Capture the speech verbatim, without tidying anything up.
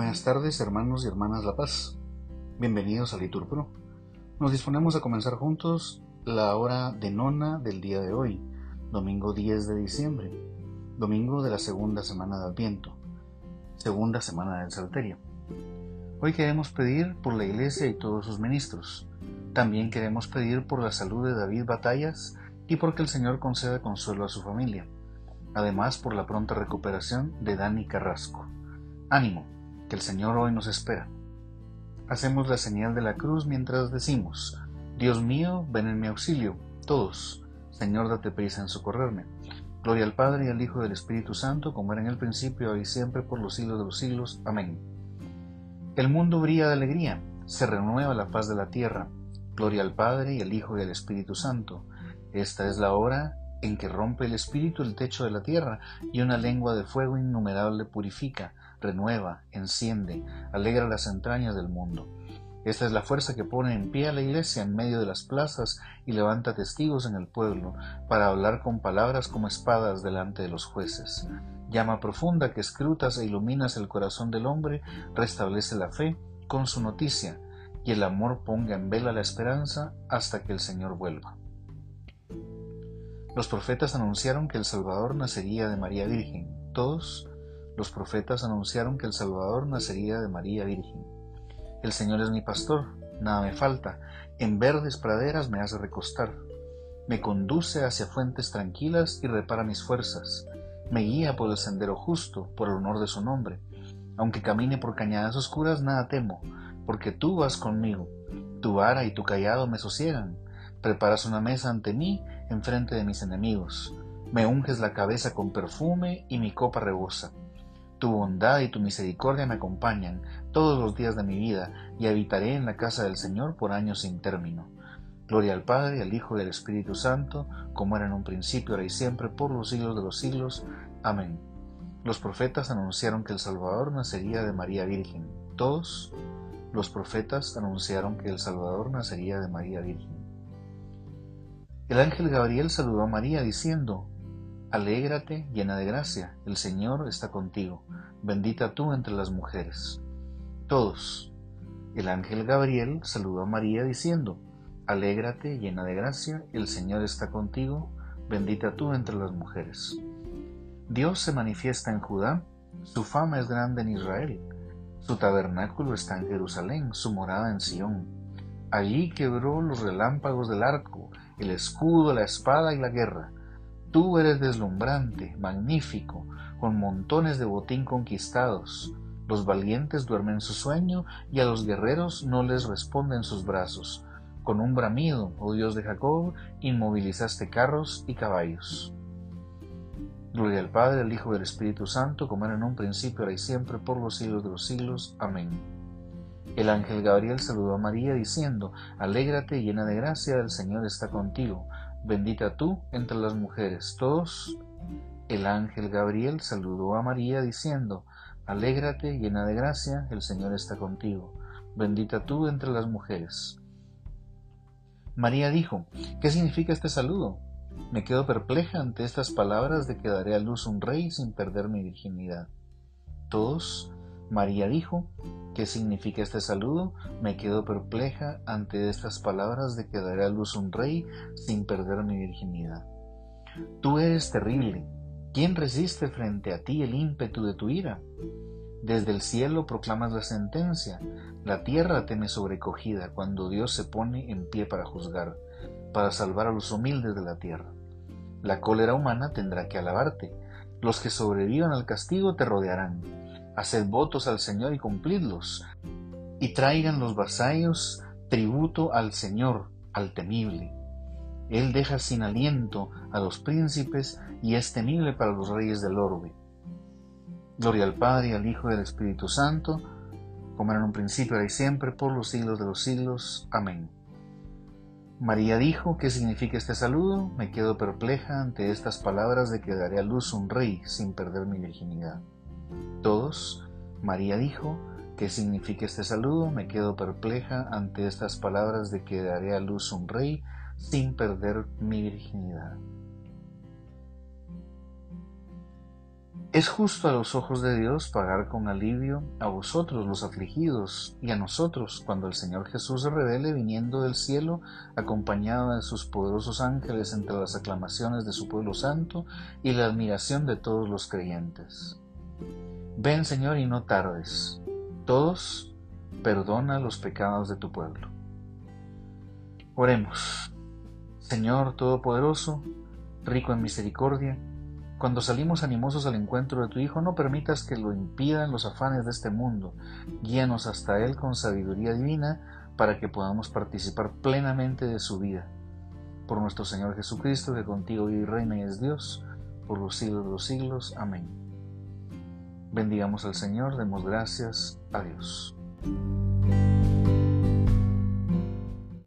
Buenas tardes, hermanos y hermanas La Paz. Bienvenidos a Liturpro. Nos disponemos a comenzar juntos la hora de nona del día de hoy, domingo diez de diciembre, domingo de la segunda semana de Adviento, segunda semana del Salterio. Hoy queremos pedir por la Iglesia y todos sus ministros. También queremos pedir por la salud de David Batallas y porque el Señor conceda consuelo a su familia. Además, por la pronta recuperación de Dani Carrasco. Ánimo, que el Señor hoy nos espera. Hacemos la señal de la cruz mientras decimos: Dios mío, ven en mi auxilio. Todos: Señor, date prisa en socorrerme. Gloria al Padre, y al Hijo y al Espíritu Santo, como era en el principio, ahora y siempre, por los siglos de los siglos. Amén. El mundo brilla de alegría, se renueva la paz de la tierra. Gloria al Padre, y al Hijo y al Espíritu Santo. Esta es la hora en que rompe el Espíritu el techo de la tierra, y una lengua de fuego innumerable purifica, renueva, enciende, alegra las entrañas del mundo. Esta es la fuerza que pone en pie a la Iglesia en medio de las plazas y levanta testigos en el pueblo, para hablar con palabras como espadas delante de los jueces. Llama profunda que escrutas e iluminas el corazón del hombre, restablece la fe con su noticia, y el amor ponga en vela la esperanza hasta que el Señor vuelva. Los profetas anunciaron que el Salvador nacería de María Virgen. Todos los profetas anunciaron que el Salvador nacería de María Virgen. El Señor es mi pastor, nada me falta, en verdes praderas me hace recostar. Me conduce hacia fuentes tranquilas y repara mis fuerzas. Me guía por el sendero justo, por el honor de su nombre. Aunque camine por cañadas oscuras, nada temo, porque tú vas conmigo. Tu vara y tu cayado me sosiegan. Preparas una mesa ante mí, enfrente de mis enemigos. Me unges la cabeza con perfume y mi copa rebosa. Tu bondad y tu misericordia me acompañan todos los días de mi vida, y habitaré en la casa del Señor por años sin término. Gloria al Padre, al Hijo y al Espíritu Santo, como era en un principio, ahora y siempre, por los siglos de los siglos. Amén. Los profetas anunciaron que el Salvador nacería de María Virgen. Todos los profetas anunciaron que el Salvador nacería de María Virgen. El ángel Gabriel saludó a María diciendo: Alégrate, llena de gracia, el Señor está contigo, bendita tú entre las mujeres. Todos. El ángel Gabriel saludó a María diciendo: Alégrate, llena de gracia, el Señor está contigo, bendita tú entre las mujeres. Dios se manifiesta en Judá, su fama es grande en Israel. Su tabernáculo está en Jerusalén, su morada en Sión. Allí quebró los relámpagos del arco, el escudo, la espada y la guerra. Tú eres deslumbrante, magnífico, con montones de botín conquistados. Los valientes duermen su sueño, y a los guerreros no les responden sus brazos. Con un bramido, oh Dios de Jacob, inmovilizaste carros y caballos. Gloria al Padre, al Hijo y al Espíritu Santo, como era en un principio, ahora y siempre, por los siglos de los siglos. Amén. El ángel Gabriel saludó a María diciendo: Alégrate, llena de gracia, el Señor está contigo, bendita tú entre las mujeres. Todos. El ángel Gabriel saludó a María diciendo: Alégrate, llena de gracia, el Señor está contigo, bendita tú entre las mujeres. María dijo: ¿Qué significa este saludo? Me quedo perpleja ante estas palabras de que daré a luz un rey sin perder mi virginidad. Todos. María dijo: ¿Qué significa este saludo? Me quedo perpleja ante estas palabras de que daré a luz un rey sin perder mi virginidad. Tú eres terrible. ¿Quién resiste frente a ti el ímpetu de tu ira? Desde el cielo proclamas la sentencia. La tierra teme sobrecogida cuando Dios se pone en pie para juzgar, para salvar a los humildes de la tierra. La cólera humana tendrá que alabarte. Los que sobrevivan al castigo te rodearán. Haced votos al Señor y cumplidlos, y traigan los vasallos tributo al Señor, al temible. Él deja sin aliento a los príncipes y es temible para los reyes del orbe. Gloria al Padre, y al Hijo y al Espíritu Santo, como era en un principio, ahora y siempre, por los siglos de los siglos. Amén. María dijo: ¿Qué significa este saludo? Me quedo perpleja ante estas palabras de que daré a luz un rey sin perder mi virginidad. Todos. María dijo: ¿Qué significa este saludo? Me quedo perpleja ante estas palabras de que daré a luz un rey sin perder mi virginidad. Es justo a los ojos de Dios pagar con alivio a vosotros los afligidos y a nosotros cuando el Señor Jesús se revele viniendo del cielo acompañado de sus poderosos ángeles entre las aclamaciones de su pueblo santo y la admiración de todos los creyentes. Ven, Señor, y no tardes. Todos, perdona los pecados de tu pueblo. Oremos. Señor Todopoderoso, rico en misericordia, cuando salimos animosos al encuentro de tu Hijo, no permitas que lo impidan los afanes de este mundo. Guíanos hasta Él con sabiduría divina para que podamos participar plenamente de su vida. Por nuestro Señor Jesucristo, que contigo vive y reina y es Dios, por los siglos de los siglos. Amén. Bendigamos al Señor, demos gracias a Dios.